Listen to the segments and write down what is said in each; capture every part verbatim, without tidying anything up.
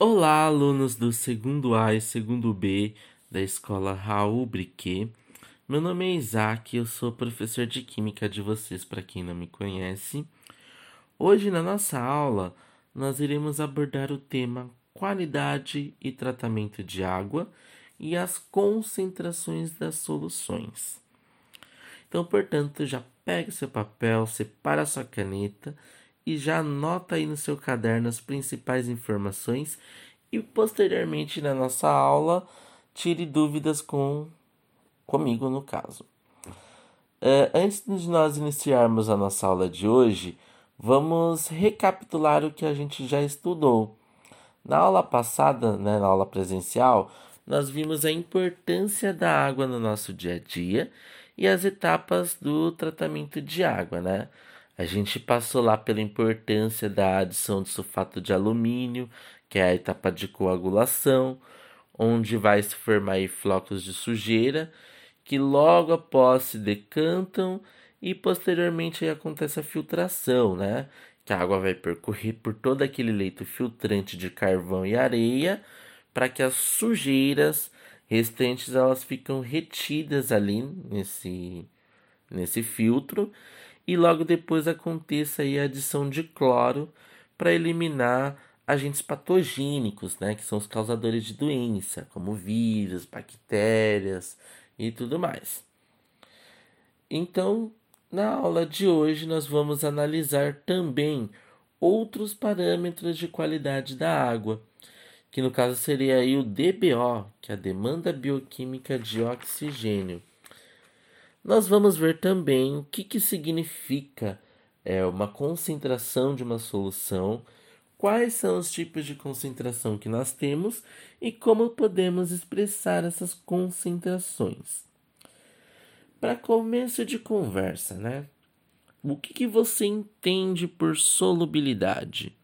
Olá, alunos do segundo A e segundo B da escola Raul Briquet. Meu nome é Isaac e eu sou professor de Química de vocês, para quem não me conhece. Hoje, na nossa aula, nós iremos abordar o tema qualidade e tratamento de água e as concentrações das soluções. Então, portanto, já pega seu papel, separa sua caneta e já anota aí no seu caderno as principais informações e posteriormente na nossa aula tire dúvidas com comigo no caso. Uh, antes de nós iniciarmos a nossa aula de hoje, vamos recapitular o que a gente já estudou. Na aula passada, né, na aula presencial, nós vimos a importância da água no nosso dia a dia e as etapas do tratamento de água, né? A gente passou lá pela importância da adição de sulfato de alumínio, que é a etapa de coagulação, onde vai se formar aí flocos de sujeira, que logo após se decantam e posteriormente aí acontece a filtração, né? Que a água vai percorrer por todo aquele leito filtrante de carvão e areia, para que as sujeiras restantes elas ficam retidas ali nesse, nesse filtro, e logo depois aconteça aí a adição de cloro para eliminar agentes patogênicos, né, que são os causadores de doença, como vírus, bactérias e tudo mais. Então, na aula de hoje nós vamos analisar também outros parâmetros de qualidade da água, que no caso seria aí o D B O, que é a demanda bioquímica de oxigênio. Nós vamos ver também o que, que significa é, uma concentração de uma solução, quais são os tipos de concentração que nós temos e como podemos expressar essas concentrações. Para começo de conversa, né? O que, que você entende por solubilidade?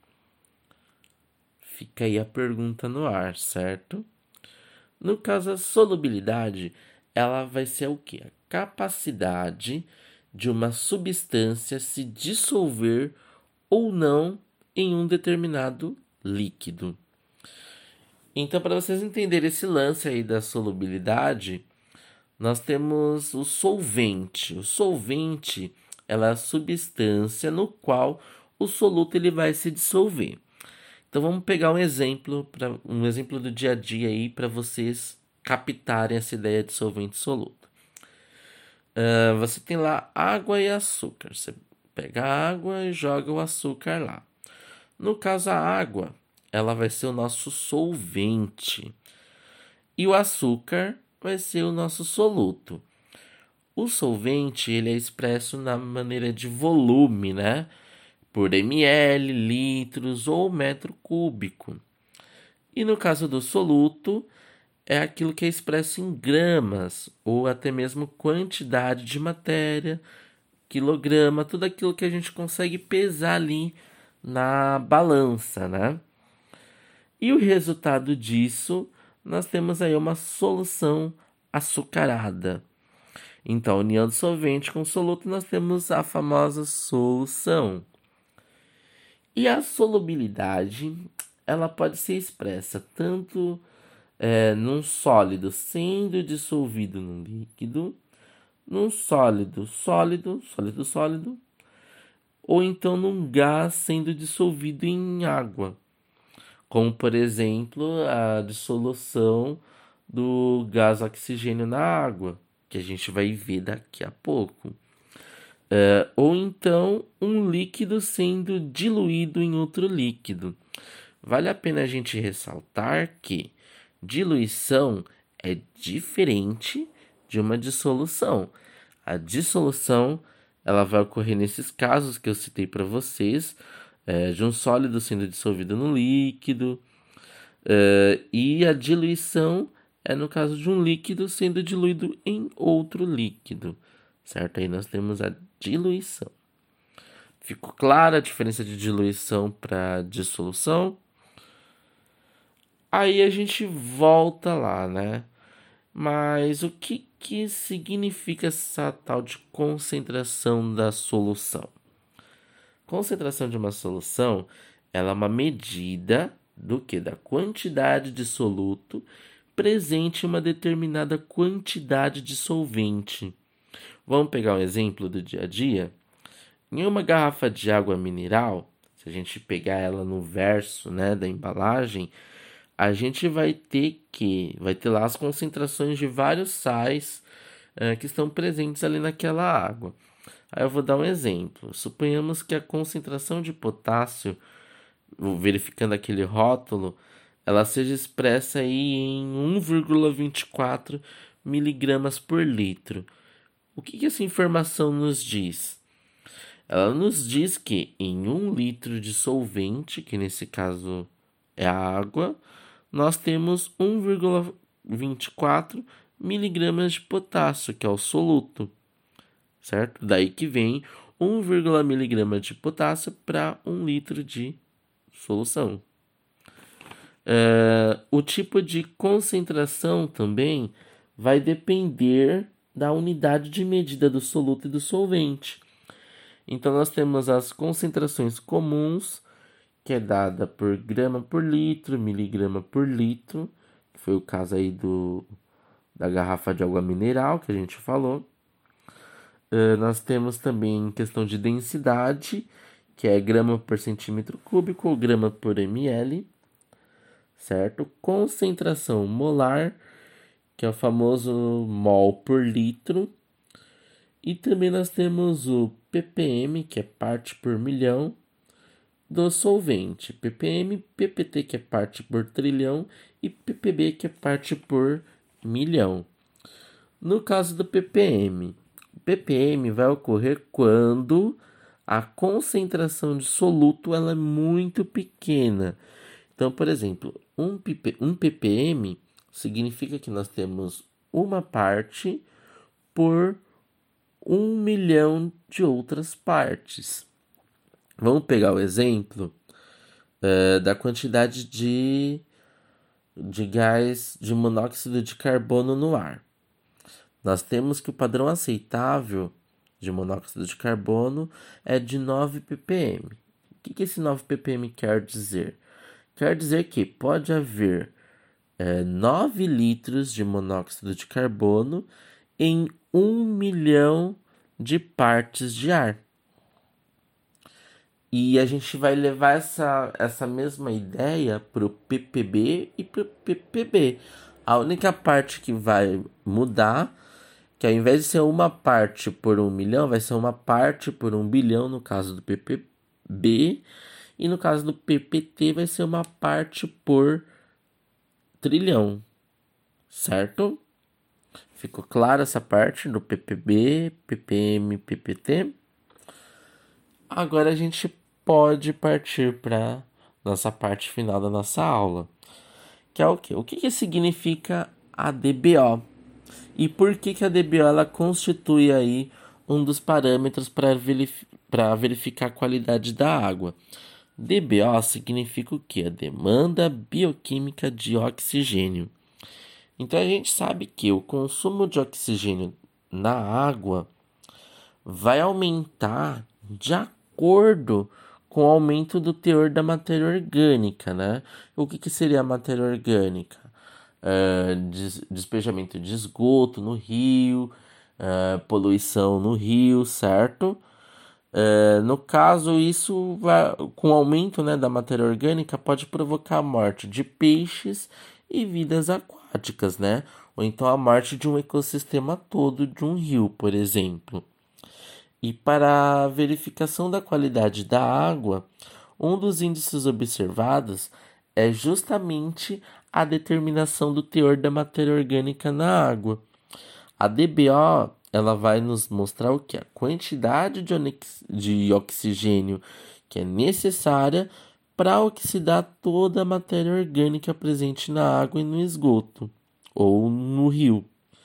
Fica aí a pergunta no ar, certo? No caso, a solubilidade, ela vai ser o quê? A capacidade de uma substância se dissolver ou não em um determinado líquido. Então, para vocês entenderem esse lance aí da solubilidade, nós temos o solvente. O solvente, ela é a substância no qual o soluto ele vai se dissolver. Então vamos pegar um exemplo, pra, um exemplo do dia a dia aí para vocês captarem essa ideia de solvente soluto. Uh, você tem lá água e açúcar. Você pega a água e joga o açúcar lá. No caso, a água, ela vai ser o nosso solvente. E o açúcar vai ser o nosso soluto. O solvente, ele é expresso na maneira de volume, né? Por ml, litros ou metro cúbico. E no caso do soluto, é aquilo que é expresso em gramas, ou até mesmo quantidade de matéria, quilograma, tudo aquilo que a gente consegue pesar ali na balança, né? E o resultado disso, nós temos aí uma solução açucarada. Então, união do solvente com soluto, nós temos a famosa solução. E a solubilidade, ela pode ser expressa tanto é, num sólido sendo dissolvido num líquido, num sólido sólido, sólido sólido, ou então num gás sendo dissolvido em água, como por exemplo a dissolução do gás oxigênio na água, que a gente vai ver daqui a pouco. Uh, ou então um líquido sendo diluído em outro líquido. Vale a pena a gente ressaltar que diluição é diferente de uma dissolução. A dissolução ela vai ocorrer nesses casos que eu citei para vocês, é, de um sólido sendo dissolvido no líquido, uh, e a diluição é no caso de um líquido sendo diluído em outro líquido. Certo? Aí nós temos a diluição. Ficou clara a diferença de diluição para dissolução? Aí a gente volta lá, né? Mas o que, que significa essa tal de concentração da solução? Concentração de uma solução, ela é uma medida do que? Da quantidade de soluto presente em uma determinada quantidade de solvente. Vamos pegar um exemplo do dia a dia? Em uma garrafa de água mineral, se a gente pegar ela no verso, né, da embalagem, a gente vai ter que, vai ter lá as concentrações de vários sais uh, que estão presentes ali naquela água. Aí eu vou dar um exemplo. Suponhamos que a concentração de potássio, verificando aquele rótulo, ela seja expressa aí em um vírgula vinte e quatro miligramas por litro. O que, que essa informação nos diz? Ela nos diz que em um litro de solvente, que nesse caso é a água, nós temos um vírgula vinte e quatro miligramas de potássio, que é o soluto, certo? Daí que vem um vírgula miligrama de potássio para um litro de solução. Uh, o tipo de concentração também vai depender da unidade de medida do soluto e do solvente. Então, nós temos as concentrações comuns, que é dada por grama por litro, miligrama por litro, que foi o caso aí do, da garrafa de água mineral que a gente falou. Uh, nós temos também questão de densidade, que é grama por centímetro cúbico ou grama por ml, certo? Concentração molar, que é o famoso mol por litro. E também nós temos o ppm, que é parte por milhão, do solvente. ppm, ppt, que é parte por trilhão, e ppb, que é parte por milhão. No caso do ppm, o ppm vai ocorrer quando a concentração de soluto ela é muito pequena. Então, por exemplo, um, pp, um ppm significa que nós temos uma parte por um milhão de outras partes. Vamos pegar o exemplo uh, da quantidade de, de gás de monóxido de carbono no ar. Nós temos que o padrão aceitável de monóxido de carbono é de nove ppm. O que, que esse nove ppm quer dizer? Quer dizer que pode haver uh, nove litros de monóxido de carbono em um milhão de partes de ar. E a gente vai levar essa, essa mesma ideia para o ppb e para o ppb. A única parte que vai mudar, que ao invés de ser uma parte por um milhão, vai ser uma parte por um bilhão no caso do ppb. E no caso do ppt vai ser uma parte por trilhão, certo? Ficou claro essa parte do ppb, ppm, ppt? Agora a gente pode partir para nossa parte final da nossa aula, que é o quê? O que, que significa a D B O? E por que, que a D B O ela constitui aí um dos parâmetros para verif verificar a qualidade da água? D B O significa o quê? A demanda bioquímica de oxigênio. Então a gente sabe que o consumo de oxigênio na água vai aumentar de acordo com o aumento do teor da matéria orgânica, né? O que, que seria a matéria orgânica? Uh, des despejamento de esgoto no rio, uh, poluição no rio, certo? Uh, no caso, isso vai, com o aumento, né, da matéria orgânica pode provocar a morte de peixes e vidas aquáticas, né? Ou então a morte de um ecossistema todo de um rio, por exemplo. E para a verificação da qualidade da água, um dos índices observados é justamente a determinação do teor da matéria orgânica na água. A D B O ela vai nos mostrar o que? A quantidade de, onex... de oxigênio que é necessária para oxidar toda a matéria orgânica presente na água e no esgoto, ou no rio,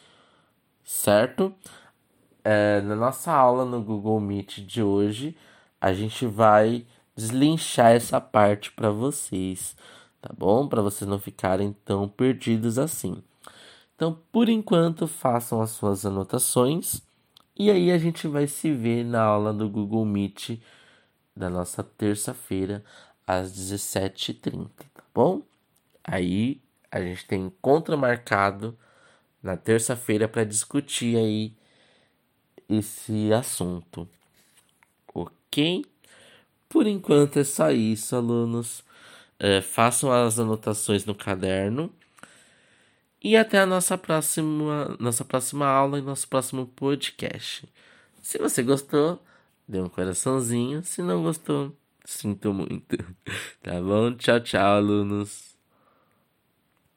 certo? É, na nossa aula no Google Meet de hoje, a gente vai deslinchar essa parte para vocês, tá bom? Para vocês não ficarem tão perdidos assim. Então, por enquanto, façam as suas anotações e aí a gente vai se ver na aula do Google Meet da nossa terça-feira às dezessete e trinta, tá bom? Aí a gente tem encontro marcado na terça-feira para discutir aí esse assunto, ok? Por enquanto é só isso, alunos. É, façam as anotações no caderno e até a nossa próxima, nossa próxima aula e nosso próximo podcast. Se você gostou, dê um coraçãozinho. Se não gostou, sinto muito. Tá bom? Tchau, tchau, alunos.